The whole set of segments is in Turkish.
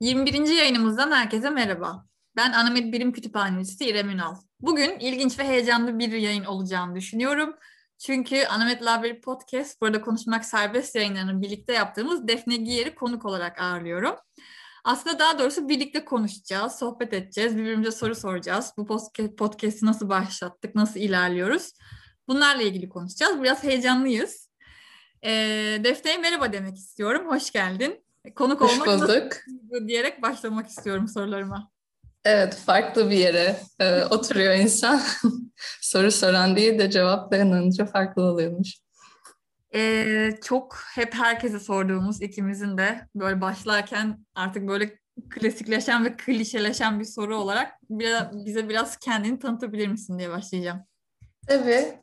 21. yayınımızdan herkese merhaba. Ben Anamed Bilim Kütüphanecisi İrem Ünal. Bugün ilginç ve heyecanlı bir yayın olacağını düşünüyorum. Çünkü Anamed Library Podcast, burada konuşmak serbest yayınlarının birlikte yaptığımız Defne Giyer'i konuk olarak ağırlıyorum. Aslında daha doğrusu birlikte konuşacağız, sohbet edeceğiz, birbirimize soru soracağız. Bu podcast'i nasıl başlattık, nasıl ilerliyoruz? Bunlarla ilgili konuşacağız. Biraz heyecanlıyız. Defne'ye merhaba demek istiyorum. Hoş geldin. Konuk Hoş olmak nasıl bulduk. diyerek başlamak istiyorum sorularıma. Evet, farklı bir yere oturuyor insan. Soru soran değil de cevaplayanınca farklı oluyormuş. Çok hep herkese sorduğumuz ikimizin de böyle başlarken artık böyle klasikleşen ve klişeleşen bir soru olarak bize biraz kendini tanıtabilir misin diye başlayacağım. Tabii.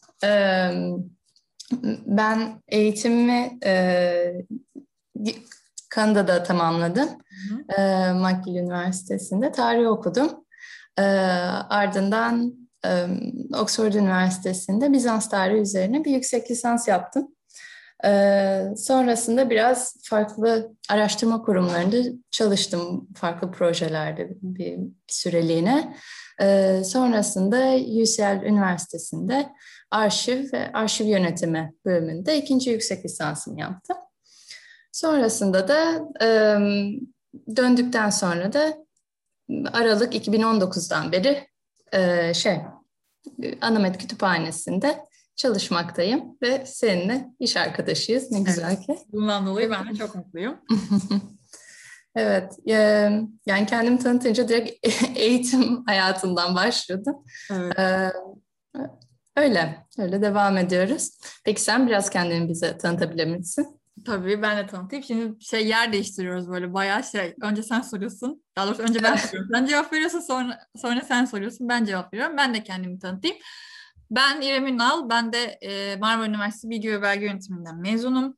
Ben eğitimimi Kanada'da tamamladım. McGill Üniversitesi'nde tarih okudum. Ardından Oxford Üniversitesi'nde Bizans tarihi üzerine bir yüksek lisans yaptım. Sonrasında biraz farklı araştırma kurumlarında çalıştım, farklı projelerde bir süreliğine. Sonrasında UCL Üniversitesi'nde arşiv ve arşiv yönetimi bölümünde ikinci yüksek lisansımı yaptım. Sonrasında da döndükten sonra da Aralık 2019'dan beri Anamed Kütüphanesi'nde çalışmaktayım ve seninle iş arkadaşıyız. Ne güzel Evet. ki. Bundan dolayı ben de çok mutluyum. Evet, yani kendimi tanıtınca direkt eğitim hayatından başladım. Evet. Ee, öyle devam ediyoruz. Peki sen biraz kendini bize tanıtabilir misin? Tabii ben de tanıtayım. Şimdi yer değiştiriyoruz böyle bayağı şey. Önce sen soruyorsun. Daha doğrusu önce ben soruyorum. Sen cevap veriyorsun, sonra sen soruyorsun. Ben cevap veriyorum. Ben de kendimi tanıtayım. Ben İrem Ünal. Ben de Marmara Üniversitesi Bilgi ve Belge Yönetiminden mezunum.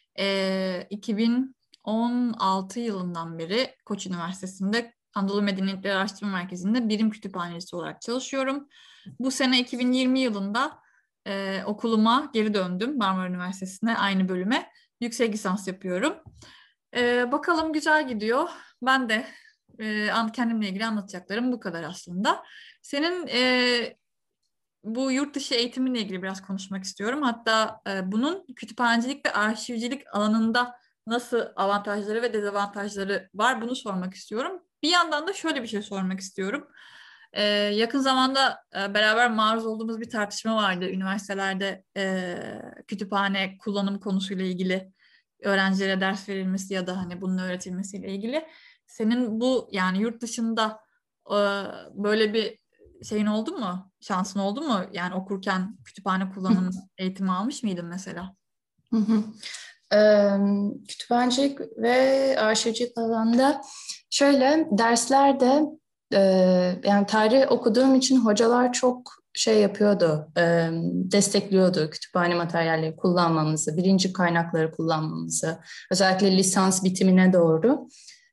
2016 yılından beri Koç Üniversitesi'nde Anadolu Medeniyetleri Araştırma Merkezi'nde birim kütüphanecisi olarak çalışıyorum. Bu sene 2020 yılında okuluma geri döndüm, Marmara Üniversitesi'ne aynı bölüme. Yüksek lisans yapıyorum. Bakalım, güzel gidiyor. Ben de kendimle ilgili anlatacaklarım bu kadar aslında. Senin bu yurt dışı eğitiminle ilgili biraz konuşmak istiyorum. Hatta bunun kütüphanecilik ve arşivcilik alanında nasıl avantajları ve dezavantajları var, bunu sormak istiyorum. Bir yandan da şöyle bir şey sormak istiyorum. Yakın zamanda beraber maruz olduğumuz bir tartışma vardı. Üniversitelerde kütüphane kullanım konusuyla ilgili, öğrencilere ders verilmesi ya da hani bunun öğretilmesiyle ilgili. Senin bu, yani yurt dışında e, böyle bir şeyin oldu mu? Şansın oldu mu? Yani okurken kütüphane kullanım eğitimi almış mıydın mesela? Hı hı. Kütüphanecilik ve arşivcilik alanında şöyle derslerde yani tarih okuduğum için hocalar çok şey yapıyordu, destekliyordu kütüphane materyalleri kullanmamızı, birinci kaynakları kullanmamızı, özellikle lisans bitimine doğru.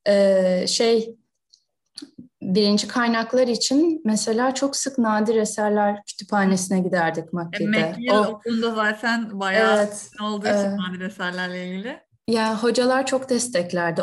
Birinci kaynaklar için mesela çok sık nadir eserler kütüphanesine giderdik McGill'de. McGill o konuda zaten bayağı Evet, olduğu e, için nadir eserlerle ilgili. yani hocalar çok desteklerdi.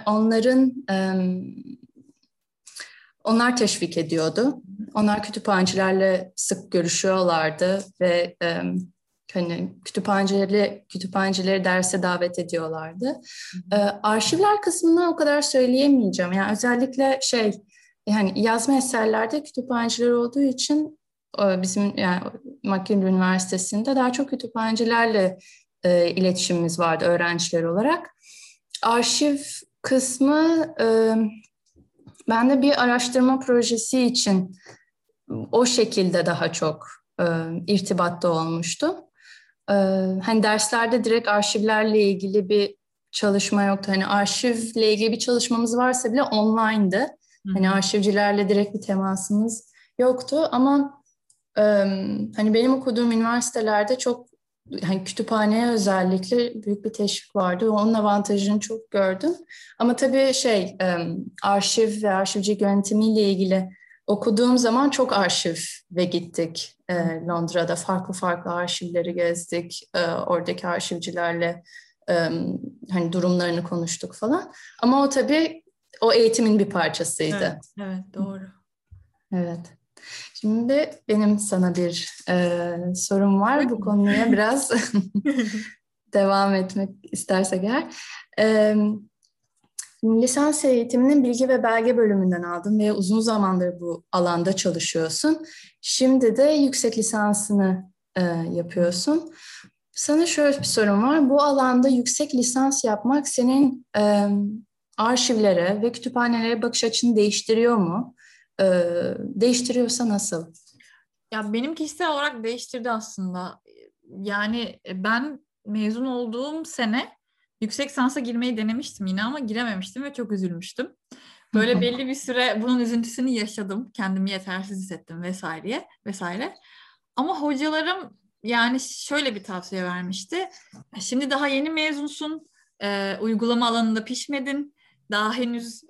Onlar teşvik ediyordu. Onlar kütüphanecilerle sık görüşüyorlardı ve hani kütüphanecileri derse davet ediyorlardı. Arşivler kısmını o kadar söyleyemeyeceğim. Yani özellikle yani yazma eserlerde kütüphaneciler olduğu için bizim yani McGill Üniversitesi'nde daha çok kütüphanecilerle iletişimimiz vardı öğrenciler olarak. Arşiv kısmı ben de bir araştırma projesi için o şekilde daha çok irtibatta olmuştum. Hani derslerde direkt arşivlerle ilgili bir çalışma yoktu. Hani arşivle ilgili bir çalışmamız varsa bile online'dı. Hı Hani hı. arşivcilerle direkt bir temasımız yoktu ama e, hani benim okuduğum üniversitelerde çok hani kütüphaneye özellikle büyük bir teşvik vardı. Onun avantajını çok gördüm. Ama tabii arşiv ve arşivcilik yönetimiyle ilgili okuduğum zaman çok arşive gittik. Londra'da farklı farklı arşivleri gezdik. Oradaki arşivcilerle e, hani durumlarını konuştuk falan. Ama o tabii o eğitimin bir parçasıydı. Evet, evet doğru. Evet. Şimdi benim sana bir sorum var. Bu Buyurun. konuya biraz devam etmek istersek eğer. E, Lisans eğitimini bilgi ve belge bölümünden aldın ve uzun zamandır bu alanda çalışıyorsun. Şimdi de yüksek lisansını yapıyorsun. Sana şöyle bir sorum var. Bu alanda yüksek lisans yapmak senin arşivlere ve kütüphanelere bakış açını değiştiriyor mu? Değiştiriyorsa nasıl? Ya benim kişisel olarak değiştirdi aslında. Yani ben mezun olduğum sene yüksek lisansa girmeyi denemiştim yine ama girememiştim ve çok üzülmüştüm. Böyle belli bir süre bunun üzüntüsünü yaşadım. Kendimi yetersiz hissettim vesaire vesaire. Ama hocalarım yani şöyle bir tavsiye vermişti. Şimdi daha yeni mezunsun. Uygulama alanında pişmedin. Daha henüz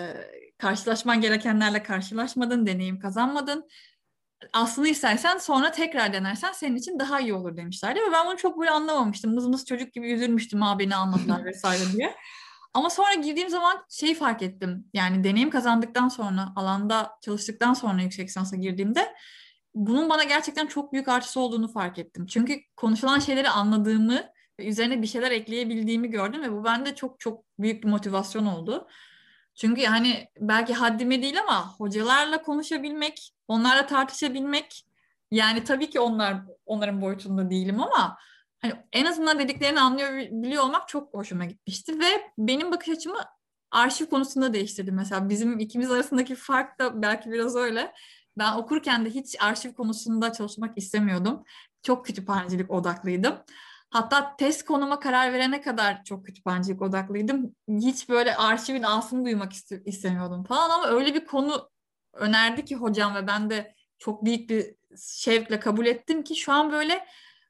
karşılaşman gerekenlerle karşılaşmadın, deneyim kazanmadın. Aslını istersen sonra tekrar denersen senin için daha iyi olur demişlerdi. Ve ben bunu çok böyle anlamamıştım. Mız çocuk gibi üzülmüştüm ha beni almadılar vesaire diye. Ama sonra girdiğim zaman şeyi fark ettim. Yani deneyim kazandıktan sonra, alanda çalıştıktan sonra yüksek lisansa girdiğimde bunun bana gerçekten çok büyük artısı olduğunu fark ettim. Çünkü konuşulan şeyleri anladığımı ve üzerine bir şeyler ekleyebildiğimi gördüm ve bu bende çok çok büyük bir motivasyon oldu. Çünkü hani belki haddime değil ama hocalarla konuşabilmek, onlarla tartışabilmek yani tabii ki onların boyutunda değilim ama hani en azından dediklerini anlayabiliyor olmak çok hoşuma gitmişti ve benim bakış açımı arşiv konusunda değiştirdi. Mesela bizim ikimiz arasındaki fark da belki biraz öyle. Ben okurken de hiç arşiv konusunda çalışmak istemiyordum. Çok kütüphanecilik odaklıydım. Hatta test konuma karar verene kadar çok kütüphanecilik odaklıydım. Hiç böyle arşivin ağzını duymak istemiyordum falan ama öyle bir konu önerdi ki hocam ve ben de çok büyük bir şevkle kabul ettim ki şu an böyle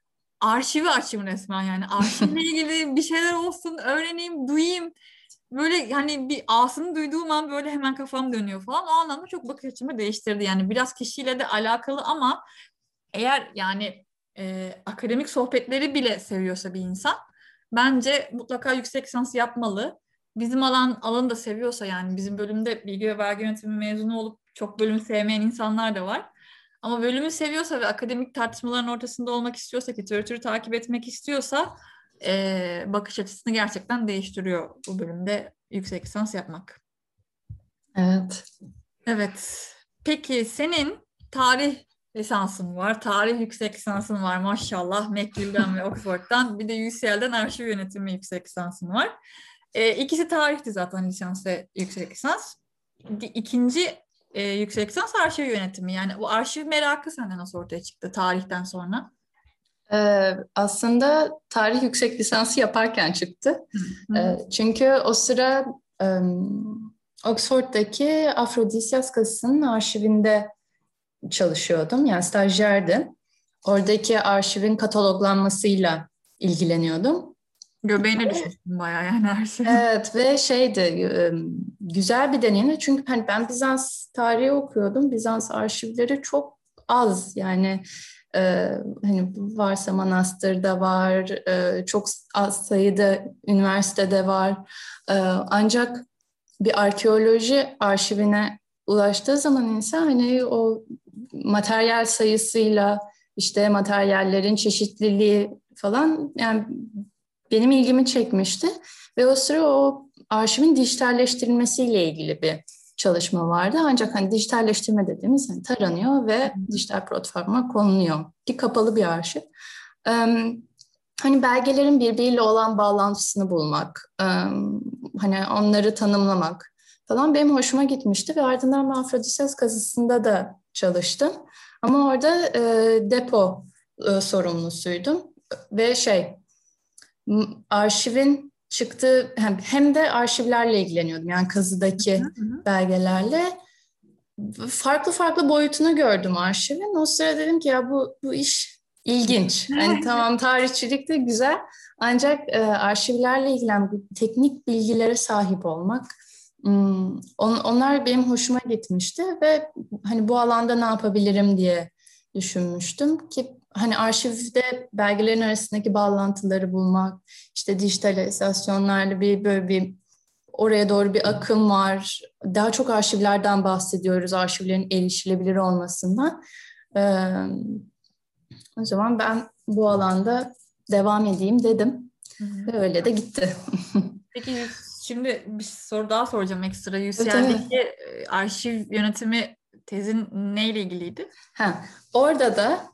arşivi açayım resmen yani. Arşivle ilgili bir şeyler olsun, öğreneyim, duyayım. Böyle hani bir ağzını duyduğum an böyle hemen kafam dönüyor falan. O anlamda çok bakış açımı değiştirdi. Yani biraz kişiyle de alakalı ama eğer yani akademik sohbetleri bile seviyorsa bir insan bence mutlaka yüksek lisans yapmalı. Bizim alanı da seviyorsa yani bizim bölümde bilgi ve belge yönetimi mezunu olup çok bölümü sevmeyen insanlar da var. Ama bölümü seviyorsa ve akademik tartışmaların ortasında olmak istiyorsa, literatürü takip etmek istiyorsa bakış açısını gerçekten değiştiriyor bu bölümde yüksek lisans yapmak. Evet. Evet. Peki senin tarih lisansın var, tarih yüksek lisansın var maşallah McGill'den ve Oxford'dan bir de UCL'den arşiv yönetimi yüksek lisansın var. İkisi tarihti zaten lisans ve yüksek lisans. İkinci yüksek lisans arşiv yönetimi. Yani bu arşiv merakı sende nasıl ortaya çıktı tarihten sonra? Aslında tarih yüksek lisansı yaparken çıktı. Hı hı. Çünkü o sıra Oxford'daki Aphrodisias Kasası'nın arşivinde çalışıyordum. Yani stajyerdim. Oradaki arşivin kataloglanmasıyla ilgileniyordum. Göbeğine düşmüştüm bayağı yani her şey. Evet ve güzel bir deneyimdi. Çünkü hani ben Bizans tarihi okuyordum. Bizans arşivleri çok az. Yani e, hani varsa manastırda var, çok az sayıda üniversitede var. Ancak bir arkeoloji arşivine ulaştığı zaman insan hani o materyal sayısıyla işte materyallerin çeşitliliği falan yani benim ilgimi çekmişti ve o sıra o arşivin dijitalleştirilmesiyle ilgili bir çalışma vardı. Ancak hani dijitalleştirme dediğimiz hani taranıyor ve dijital platforma konuluyor ki kapalı bir arşiv. Hani belgelerin birbiriyle olan bağlantısını bulmak, hani onları tanımlamak falan benim hoşuma gitmişti ve ardından ben Afrodisias kazısında da çalıştım. Ama orada depo sorumlusuydum ve arşivin çıktığı hem de arşivlerle ilgileniyordum. Yani Hı kazıdaki hı. belgelerle farklı farklı boyutunu gördüm arşivin. O sırada dedim ki ya bu iş ilginç. Hani tamam tarihçilik de güzel ancak arşivlerle ilgilen teknik bilgilere sahip olmak onlar benim hoşuma gitmişti ve hani bu alanda ne yapabilirim diye düşünmüştüm ki hani arşivde belgelerin arasındaki bağlantıları bulmak, işte dijitalizasyonlarla böyle bir oraya doğru bir akım var. Daha çok arşivlerden bahsediyoruz, arşivlerin erişilebilir olmasından. O zaman ben bu alanda devam edeyim dedim. Hı hı. Ve öyle de gitti. Peki şimdi bir soru daha soracağım ekstra. Evet, evet. UCL'deki arşiv yönetimi tezin neyle ilgiliydi? Ha, orada da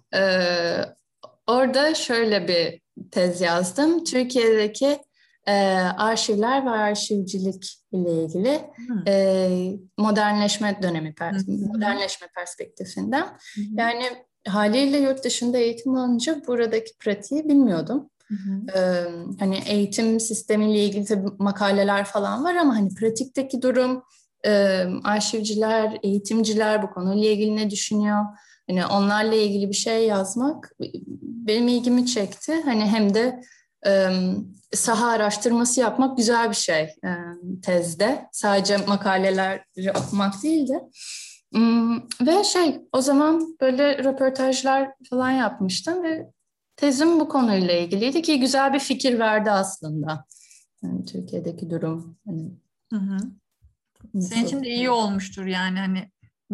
orada şöyle bir tez yazdım. Türkiye'deki arşivler ve arşivcilik ile ilgili Hı. modernleşme dönemi, Hı hı. modernleşme perspektifinden. Hı hı. Yani haliyle yurt dışında eğitim alınca buradaki pratiği bilmiyordum. Hı hı. Hani eğitim sistemiyle ilgili tabii makaleler falan var ama hani pratikteki durum, arşivciler, eğitimciler bu konuyla ilgili ne düşünüyor? Hani onlarla ilgili bir şey yazmak benim ilgimi çekti. Hani hem de saha araştırması yapmak güzel bir şey tezde. Sadece makaleleri okumak değil de. Ve o zaman böyle röportajlar falan yapmıştım ve tezim bu konuyla ilgiliydi ki güzel bir fikir verdi aslında. Yani Türkiye'deki durum hani Hı hı. Senin nasıl? için de iyi olmuştur yani hani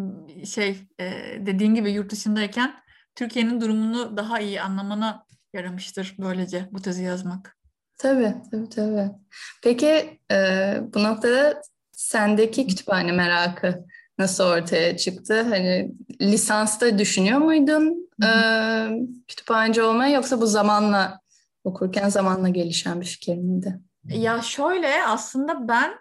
dediğin gibi yurt dışındayken Türkiye'nin durumunu daha iyi anlamana yaramıştır böylece bu tezi yazmak. Tabii, tabii, tabii. Peki bu noktada sendeki kütüphane merakı nasıl ortaya çıktı? Hani lisansta düşünüyor muydun Hı hı. kütüphaneci olmayı yoksa bu zamanla okurken zamanla gelişen bir fikir miydi? Ya şöyle aslında ben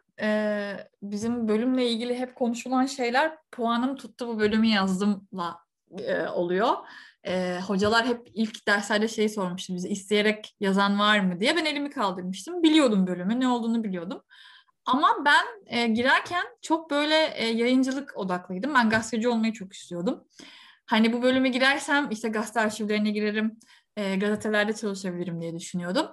bizim bölümle ilgili hep konuşulan şeyler puanım tuttu bu bölümü yazdımla oluyor. Hocalar hep ilk derslerde şeyi sormuştu bize isteyerek yazan var mı diye. Ben elimi kaldırmıştım. Biliyordum bölümü ne olduğunu biliyordum. Ama ben girerken çok böyle yayıncılık odaklıydım. Ben gazeteci olmayı çok istiyordum. Hani bu bölüme girersem işte gazete arşivlerine girerim, gazetelerde çalışabilirim diye düşünüyordum.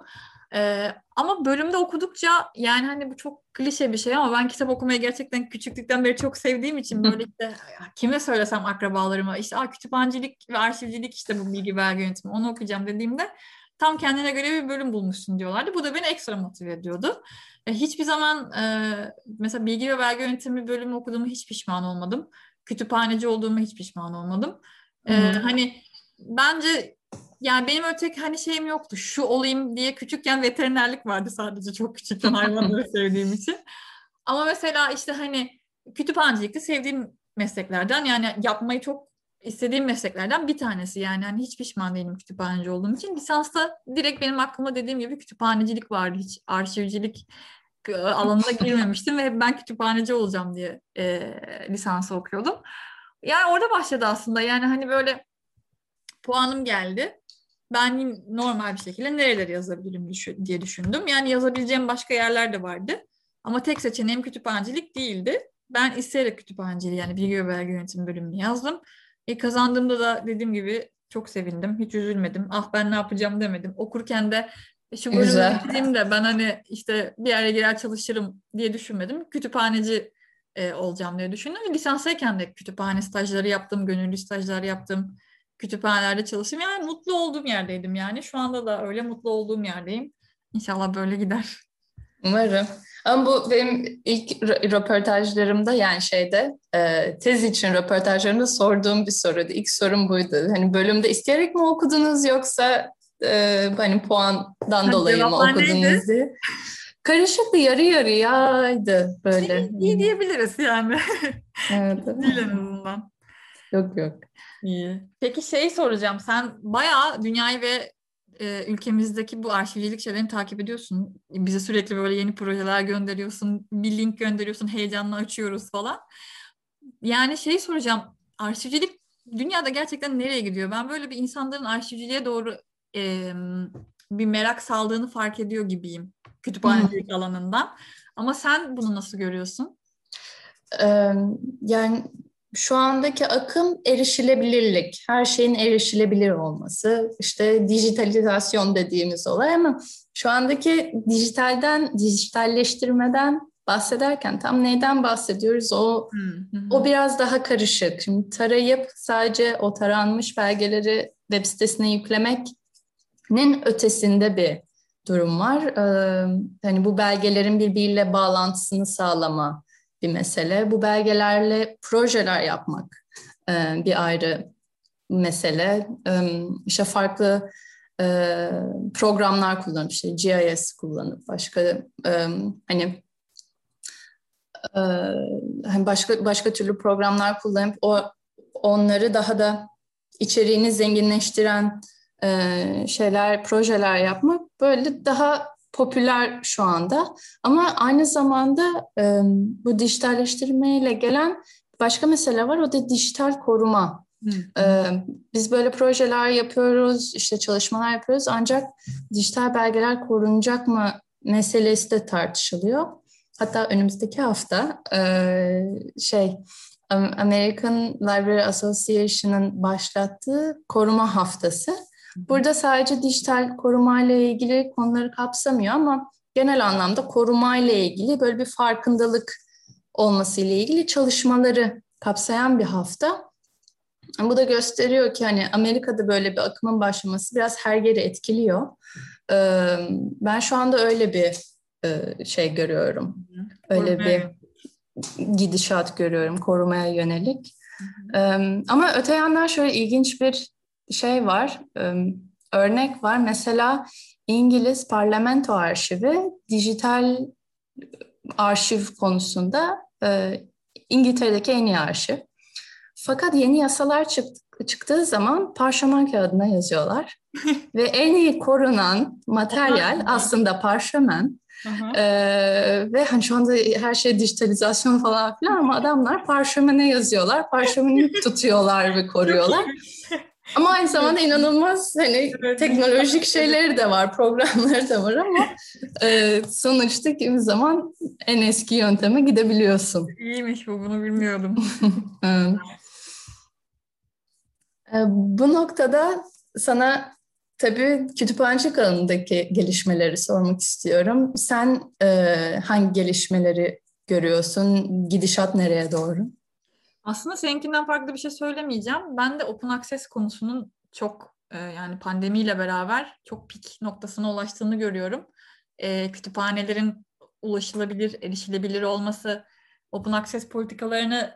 Ama bölümde okudukça yani hani bu çok klişe bir şey ama ben kitap okumayı gerçekten küçüklükten beri çok sevdiğim için böyle işte kime söylesem akrabalarıma işte kütüphanecilik ve arşivcilik işte bu bilgi belge yönetimi onu okuyacağım dediğimde tam kendine göre bir bölüm bulmuşsun diyorlardı. Bu da beni ekstra motive ediyordu. Hiçbir zaman mesela bilgi ve belge yönetimi bölümü okuduğumu hiç pişman olmadım. Kütüphaneci olduğumu hiç pişman olmadım. Hmm. Hani bence yani benim öteki hani şeyim yoktu. Şu olayım diye küçükken veterinerlik vardı sadece çok küçükken hayvanları sevdiğim için. Ama mesela işte hani kütüphanecilik de sevdiğim mesleklerden yani yapmayı çok istediğim mesleklerden bir tanesi. Yani hani hiç pişman değilim kütüphaneci olduğum için. Lisansta direkt benim aklıma dediğim gibi kütüphanecilik vardı. Hiç arşivcilik alanına girmemiştim ve hep ben kütüphaneci olacağım diye lisansı okuyordum. Yani orada başladı aslında. Yani hani böyle puanım geldi. Ben normal bir şekilde nereleri yazabilirim diye düşündüm. Yani yazabileceğim başka yerler de vardı. Ama tek seçeneğim kütüphanecilik değildi. Ben isteyerek kütüphaneciliği yani bilgi ve belge yönetimi bölümünü yazdım. Kazandığımda da dediğim gibi çok sevindim. Hiç üzülmedim. Ah ben ne yapacağım demedim. Okurken de şu bölümü Güzel. bitireyim ben hani işte bir yere girer çalışırım diye düşünmedim. Kütüphaneci olacağım diye düşündüm. Lisanstayken de kütüphane stajları yaptım, gönüllü stajlar yaptım. Kütüphanelerde çalıştım. Yani mutlu olduğum yerdeydim yani. Şu anda da öyle mutlu olduğum yerdeyim. İnşallah böyle gider. Umarım. Ama bu benim ilk röportajlarımda yani tez için röportajlarımda sorduğum bir soruydu. İlk sorum buydu. Hani bölümde isteyerek mi okudunuz yoksa hani puandan dolayı mı Cevaplar neydi? okudunuz diye. Karışıktı, yarı yarıyaydı böyle. İyi diyebiliriz yani. Evet. Değil en azından. Yok, yok. İyi. Peki şey soracağım. Sen bayağı dünyayı ve ülkemizdeki bu arşivcilik şeylerini takip ediyorsun. Bize sürekli böyle yeni projeler gönderiyorsun. Bir link gönderiyorsun. Heyecanla açıyoruz falan. Yani şey soracağım. Arşivcilik dünyada gerçekten nereye gidiyor? Ben böyle bir insanların arşivciliğe doğru e, bir merak saldığını fark ediyor gibiyim. Hı. Kütüphanecilik alanından. Ama sen bunu nasıl görüyorsun? Ee, Yani şu andaki akım erişilebilirlik, her şeyin erişilebilir olması, işte dijitalizasyon dediğimiz olay ama şu andaki dijitalleştirmeden bahsederken tam neyden bahsediyoruz? Hı O hı. biraz daha karışık. Şimdi tarayıp sadece o taranmış belgeleri web sitesine yüklemeknin ötesinde bir durum var. Hani bu belgelerin birbiriyle bağlantısını sağlama bir mesele. Bu belgelerle projeler yapmak bir ayrı mesele. İşte farklı programlar kullanıp, işte GIS kullanıp, hani başka türlü programlar kullanıp onları daha da içeriğini zenginleştiren projeler yapmak böyle daha popüler şu anda. Ama aynı zamanda bu dijitalleştirmeyle gelen başka mesele var. O da dijital koruma. Biz böyle projeler yapıyoruz, işte çalışmalar yapıyoruz. Ancak dijital belgeler korunacak mı meselesi de tartışılıyor. Hatta önümüzdeki hafta American Library Association'ın başlattığı koruma haftası. Burada sadece dijital korumayla ilgili konuları kapsamıyor ama genel anlamda korumayla ilgili böyle bir farkındalık olması ile ilgili çalışmaları kapsayan bir hafta. Bu da gösteriyor ki hani Amerika'da böyle bir akımın başlaması biraz her yeri etkiliyor. Ben şu anda öyle bir görüyorum. Öyle bir gidişat görüyorum korumaya yönelik. Ama öte yandan şöyle ilginç bir şey var. Örnek var. Mesela İngiliz Parlamento Arşivi dijital arşiv konusunda İngiltere'deki en iyi arşiv. Fakat yeni yasalar çıktığı zaman parşömen kağıdına yazıyorlar. Ve en iyi korunan materyal aslında parşömen. Ve hani şu anda her şey dijitalizasyon falan filan ama adamlar parşömene yazıyorlar. Parşömeni tutuyorlar ve koruyorlar. Ama aynı zamanda inanılmaz hani teknolojik şeyleri de var, programları da var ama sonuçta kimi zaman en eski yönteme gidebiliyorsun. İyiymiş bu, bunu bilmiyordum. Bu noktada sana tabii kütüphanecilik alanındaki gelişmeleri sormak istiyorum. Sen hangi gelişmeleri görüyorsun? Gidişat nereye doğru? Aslında seninkinden farklı bir şey söylemeyeceğim. Ben de Open Access konusunun çok yani pandemiyle beraber çok pik noktasına ulaştığını görüyorum. Kütüphanelerin ulaşılabilir, erişilebilir olması, Open Access politikalarını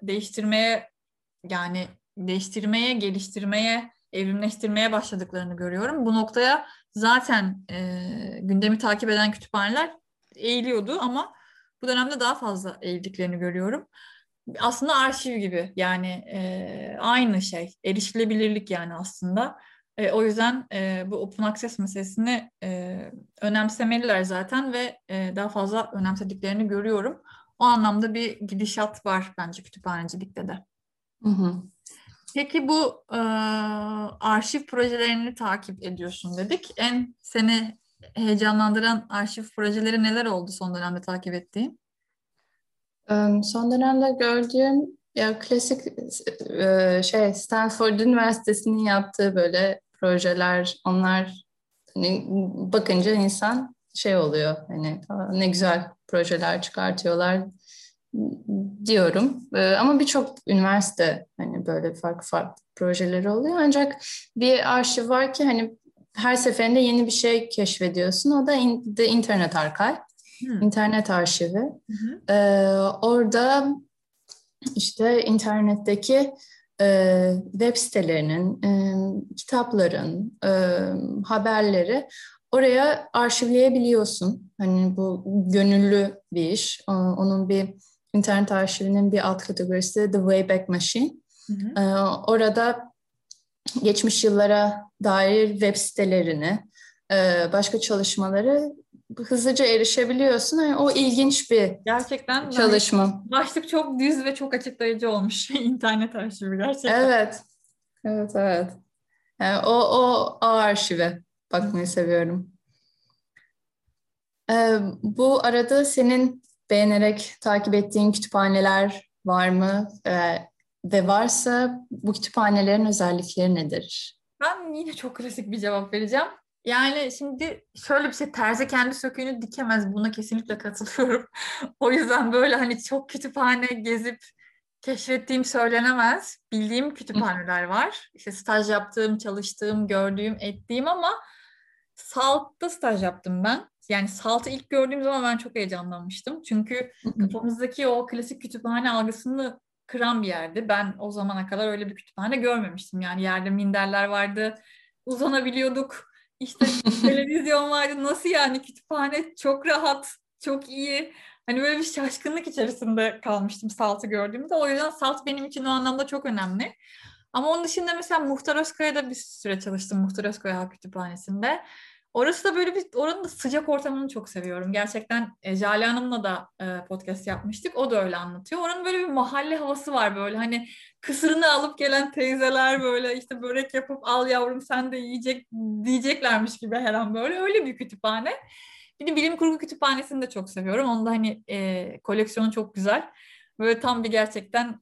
değiştirmeye, geliştirmeye, evrimleştirmeye başladıklarını görüyorum. Bu noktaya zaten gündemi takip eden kütüphaneler eğiliyordu ama bu dönemde daha fazla eğildiklerini görüyorum. Aslında arşiv gibi yani aynı şey, erişilebilirlik yani aslında. O yüzden bu Open Access meselesini önemsemeliler zaten ve daha fazla önemsediklerini görüyorum. O anlamda bir gidişat var bence kütüphanecilikte de. Hı hı. Peki bu arşiv projelerini takip ediyorsun dedik. En seni heyecanlandıran arşiv projeleri neler oldu son dönemde takip ettiğin? Son dönemde gördüğüm ya klasik Stanford Üniversitesi'nin yaptığı böyle projeler, onlar hani bakınca insan oluyor hani ne güzel projeler çıkartıyorlar diyorum. Ama birçok üniversite hani böyle farklı farklı projeleri oluyor. Ancak bir arşiv var ki hani her seferinde yeni bir şey keşfediyorsun. O da The Internet Archive. İnternet arşivi. Orada işte internetteki web sitelerinin, kitapların, haberleri oraya arşivleyebiliyorsun. Hani bu gönüllü bir iş. Onun bir internet arşivinin bir alt kategorisi The Wayback Machine. Orada geçmiş yıllara dair web sitelerini, başka çalışmaları hızlıca erişebiliyorsun. Yani o ilginç bir Gerçekten çalışma. Başlık çok düz ve çok açıklayıcı olmuş. İnternet arşivi gerçekten. Evet. Evet. Yani o arşive bakmayı seviyorum. Bu arada senin beğenerek takip ettiğin kütüphaneler var mı? Ve varsa bu kütüphanelerin özellikleri nedir? Ben yine çok klasik bir cevap vereceğim. Yani şimdi şöyle bir şey, terzi kendi söküğünü dikemez. Buna kesinlikle katılıyorum. O yüzden böyle hani çok kütüphane gezip keşfettiğim söylenemez. Bildiğim kütüphaneler var. İşte staj yaptığım, çalıştığım, gördüğüm, ettiğim ama Salt'ta staj yaptım ben. Yani Salt'ı ilk gördüğüm zaman ben çok heyecanlanmıştım. Çünkü kafamızdaki o klasik kütüphane algısını kıran bir yerdi. Ben o zamana kadar öyle bir kütüphane görmemiştim. Yani yerde minderler vardı, uzanabiliyorduk. İşte televizyon vardı. Nasıl yani kütüphane çok rahat, çok iyi. Hani böyle bir şaşkınlık içerisinde kalmıştım Salt'ı gördüğümde. O yüzden Salt benim için o anlamda çok önemli. Ama onun dışında mesela Muhtar Özkaya'da bir süre çalıştım. Muhtar Özkaya Halk Kütüphanesi'nde. Orası da böyle oranın da sıcak ortamını çok seviyorum. Gerçekten Jale Hanım'la da podcast yapmıştık. O da öyle anlatıyor. Oranın böyle bir mahalle havası var böyle. Hani kısırını alıp gelen teyzeler böyle işte börek yapıp al yavrum sen de yiyecek diyeceklermiş gibi her an böyle. Öyle bir kütüphane. Bir de bilim kurgu kütüphanesini de çok seviyorum. Onda hani koleksiyonu çok güzel. Böyle tam bir gerçekten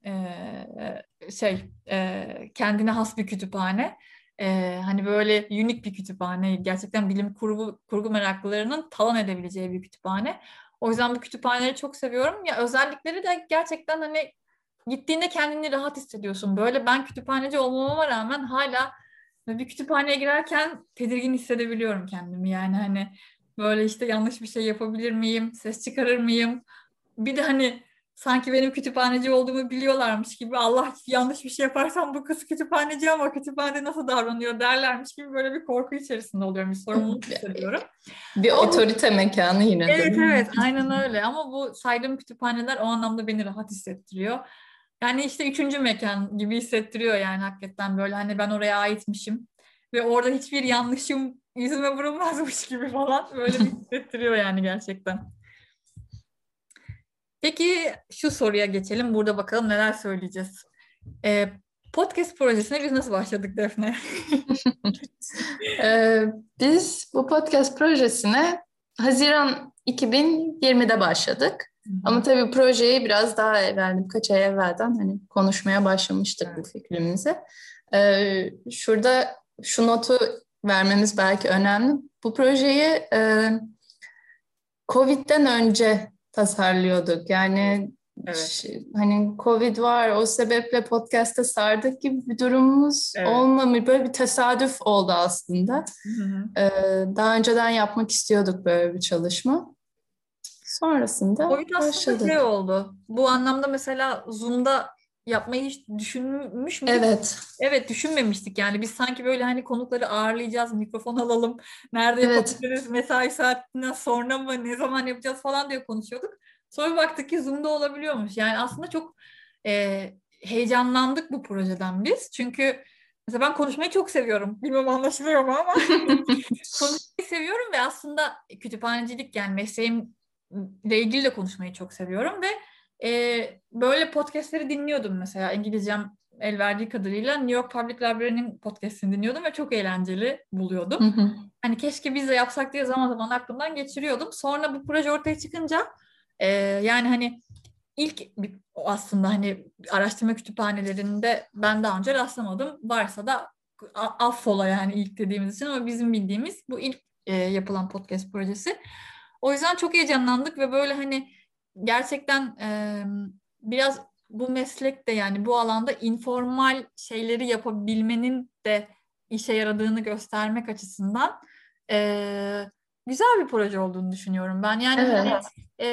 kendine has bir kütüphane. Hani böyle unik bir kütüphane. Gerçekten bilim kurgu meraklılarının talan edebileceği bir kütüphane. O yüzden bu kütüphaneleri çok seviyorum. Ya özellikleri de gerçekten hani gittiğinde kendini rahat hissediyorsun. Böyle ben kütüphaneci olmama rağmen hala bir kütüphaneye girerken tedirgin hissedebiliyorum kendimi. Yani hani böyle işte yanlış bir şey yapabilir miyim? Ses çıkarır mıyım? Bir de hani sanki benim kütüphaneci olduğumu biliyorlarmış gibi Allah yanlış bir şey yaparsam bu kız kütüphaneci ama kütüphanede nasıl davranıyor derlermiş gibi böyle bir korku içerisinde oluyorum. Bir sorumluluk hissediyorum. Bir Ama otorite mekanı yine de. evet evet aynen öyle ama bu saydığım kütüphaneler o anlamda beni rahat hissettiriyor. Yani işte üçüncü mekan gibi hissettiriyor yani hakikaten böyle hani ben oraya aitmişim ve orada hiçbir yanlışım yüzüme vurulmazmış gibi falan böyle bir hissettiriyor yani gerçekten. Peki şu soruya geçelim. Burada bakalım neler söyleyeceğiz. Ee, Podcast projesine biz nasıl başladık Defne? Ee, Biz bu podcast projesine Haziran 2020'de başladık. Hı Ama hı. tabii projeyi biraz daha evvel, birkaç ay evvelden hani konuşmaya başlamıştık bu Evet. fikrimizi. Şurada şu notu vermemiz belki önemli. Bu projeyi Covid'den önce tasarlıyorduk. Yani Evet. hani Covid var, o sebeple podcast'e sardık gibi bir durumumuz Evet. olmamış. Böyle bir tesadüf oldu aslında. Hı hı. Daha önceden yapmak istiyorduk böyle bir çalışma. Sonrasında Boyut aslında şey başladık. oldu. Bu anlamda mesela Zoom'da yapmayı hiç düşünmüş müydük? Evet, Evet düşünmemiştik yani biz sanki böyle hani konukları ağırlayacağız, mikrofon alalım, nerede evet. yapabiliriz, mesai saatinden sonra mı, ne zaman yapacağız falan diye konuşuyorduk. Sonra baktık ki Zoom'da olabiliyormuş. Yani aslında çok heyecanlandık bu projeden biz. Çünkü mesela ben konuşmayı çok seviyorum. Bilmem anlaşılıyor mu ama konuşmayı seviyorum ve aslında kütüphanecilik yani mesleğimle ilgili de konuşmayı çok seviyorum ve böyle podcastleri dinliyordum mesela İngilizcem el verdiği kadarıyla New York Public Library'nin podcastini dinliyordum ve çok eğlenceli buluyordum. Hı hı. Hani keşke biz de yapsak diye zaman zaman aklımdan geçiriyordum. Sonra bu proje ortaya çıkınca yani hani aslında hani araştırma kütüphanelerinde ben daha önce rastlamadım. Varsa da affola yani ilk dediğimiz için ama bizim bildiğimiz bu ilk yapılan podcast projesi. O yüzden çok heyecanlandık ve böyle hani gerçekten biraz bu meslekte yani bu alanda informal şeyleri yapabilmenin de işe yaradığını göstermek açısından güzel bir proje olduğunu düşünüyorum ben. Yani hani Evet.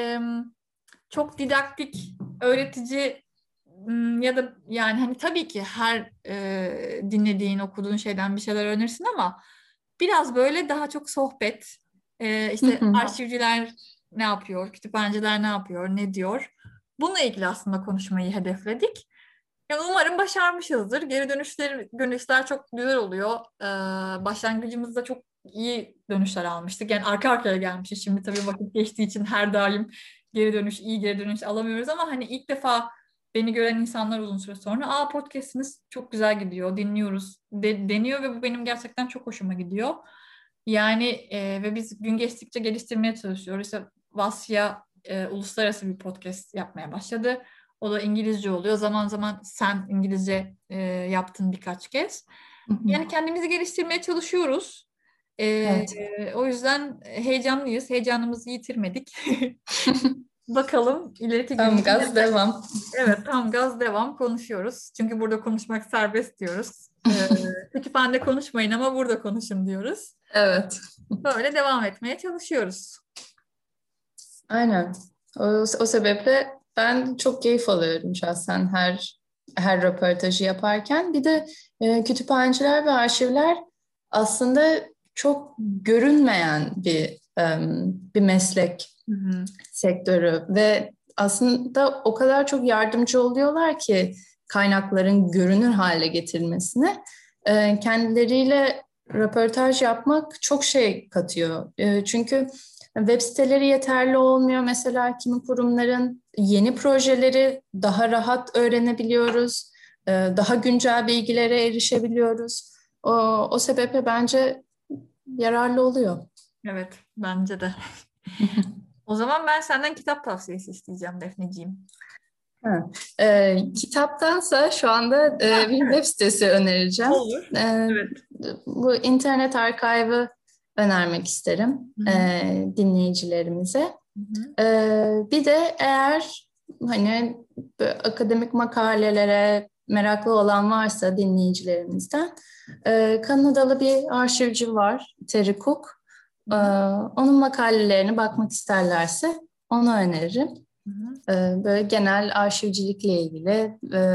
çok didaktik, öğretici ya da yani hani tabii ki her dinlediğin, okuduğun şeyden bir şeyler öğrenirsin ama biraz böyle daha çok sohbet, Hı işte hı. arşivciler ne yapıyor, kütüphaneciler ne yapıyor, ne diyor. Bununla ilgili aslında konuşmayı hedefledik. Yani umarım başarmışızdır. Dönüşler çok güzel oluyor. Başlangıcımızda çok iyi dönüşler almıştık. Yani arka arkaya gelmişiz. Şimdi tabii vakit geçtiği için her daim iyi geri dönüş alamıyoruz ama hani ilk defa beni gören insanlar uzun süre sonra podcast'iniz çok güzel gidiyor, dinliyoruz deniyor ve bu benim gerçekten çok hoşuma gidiyor. Yani ve biz gün geçtikçe geliştirmeye çalışıyoruz. İşte Vasya uluslararası bir podcast yapmaya başladı. O da İngilizce oluyor. Zaman zaman sen İngilizce yaptın birkaç kez. Hı hı. Yani kendimizi geliştirmeye çalışıyoruz. Evet. O yüzden heyecanlıyız. Heyecanımızı yitirmedik. Bakalım ileriki Tam günlerde. gaz devam. Evet tam gaz devam konuşuyoruz. Çünkü burada konuşmak serbest diyoruz. Kütüphanede konuşmayın ama burada konuşun diyoruz. Evet. Böyle devam etmeye çalışıyoruz. Aynen. O sebeple ben çok keyif alıyorum şahsen her röportajı yaparken. Bir de kütüphaneciler ve arşivler aslında çok görünmeyen bir meslek Hı hı. sektörü ve aslında o kadar çok yardımcı oluyorlar ki kaynakların görünür hale getirilmesine. Kendileriyle röportaj yapmak çok şey katıyor. Çünkü web siteleri yeterli olmuyor. Mesela kimi kurumların yeni projeleri daha rahat öğrenebiliyoruz. Daha güncel bilgilere erişebiliyoruz. O sebeple bence yararlı oluyor. Evet, bence de. O zaman ben senden kitap tavsiyesi isteyeceğim Defneciğim. Ha. Kitaptansa şu anda Ha, bir web evet. sitesi önereceğim. Olur. Ee, Evet. Bu internet arşivi önermek isterim Hı hı. dinleyicilerimize. Hı hı. Bir de eğer hani böyle akademik makalelere meraklı olan varsa dinleyicilerimizden Kanadalı bir arşivci var, Terry Cook. Hı hı. Onun makalelerine bakmak isterlerse onu öneririm. Hı hı. Böyle genel arşivcilikle ilgili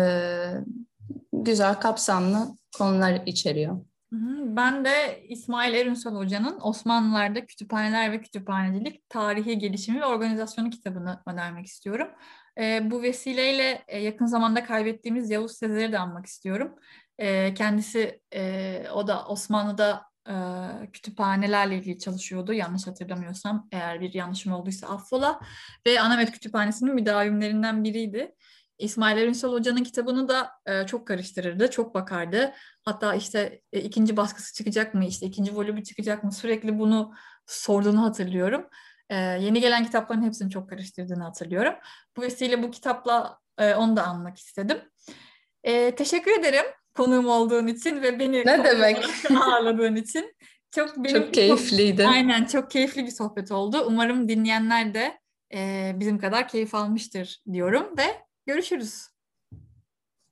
güzel kapsamlı konular içeriyor. Hı hı. Ben de İsmail Erünsal Hoca'nın Osmanlılar'da Kütüphaneler ve Kütüphanecilik Tarihi Gelişimi ve Organizasyonu kitabını önermek istiyorum. Bu vesileyle yakın zamanda kaybettiğimiz Yavuz Sezer'i de anmak istiyorum. Kendisi o da Osmanlı'da kütüphanelerle ilgili çalışıyordu. Yanlış hatırlamıyorsam, eğer bir yanlışım olduysa affola. Ve Anamet Kütüphanesi'nin müdavimlerinden biriydi. İsmail Erünsal Hoca'nın kitabını da çok karıştırırdı, çok bakardı. Hatta işte ikinci baskısı çıkacak mı, işte ikinci volümü çıkacak mı, sürekli bunu sorduğunu hatırlıyorum. Yeni gelen kitapların hepsini çok karıştırdığını hatırlıyorum. Bu vesile bu kitapla onu da anmak istedim. Teşekkür ederim konuğum olduğun için ve beni Ne konuk demek? olarak ağırladığın için. Benim Çok için çok, keyifliydi. aynen, çok keyifli bir sohbet oldu. Umarım dinleyenler de bizim kadar keyif almıştır diyorum ve görüşürüz.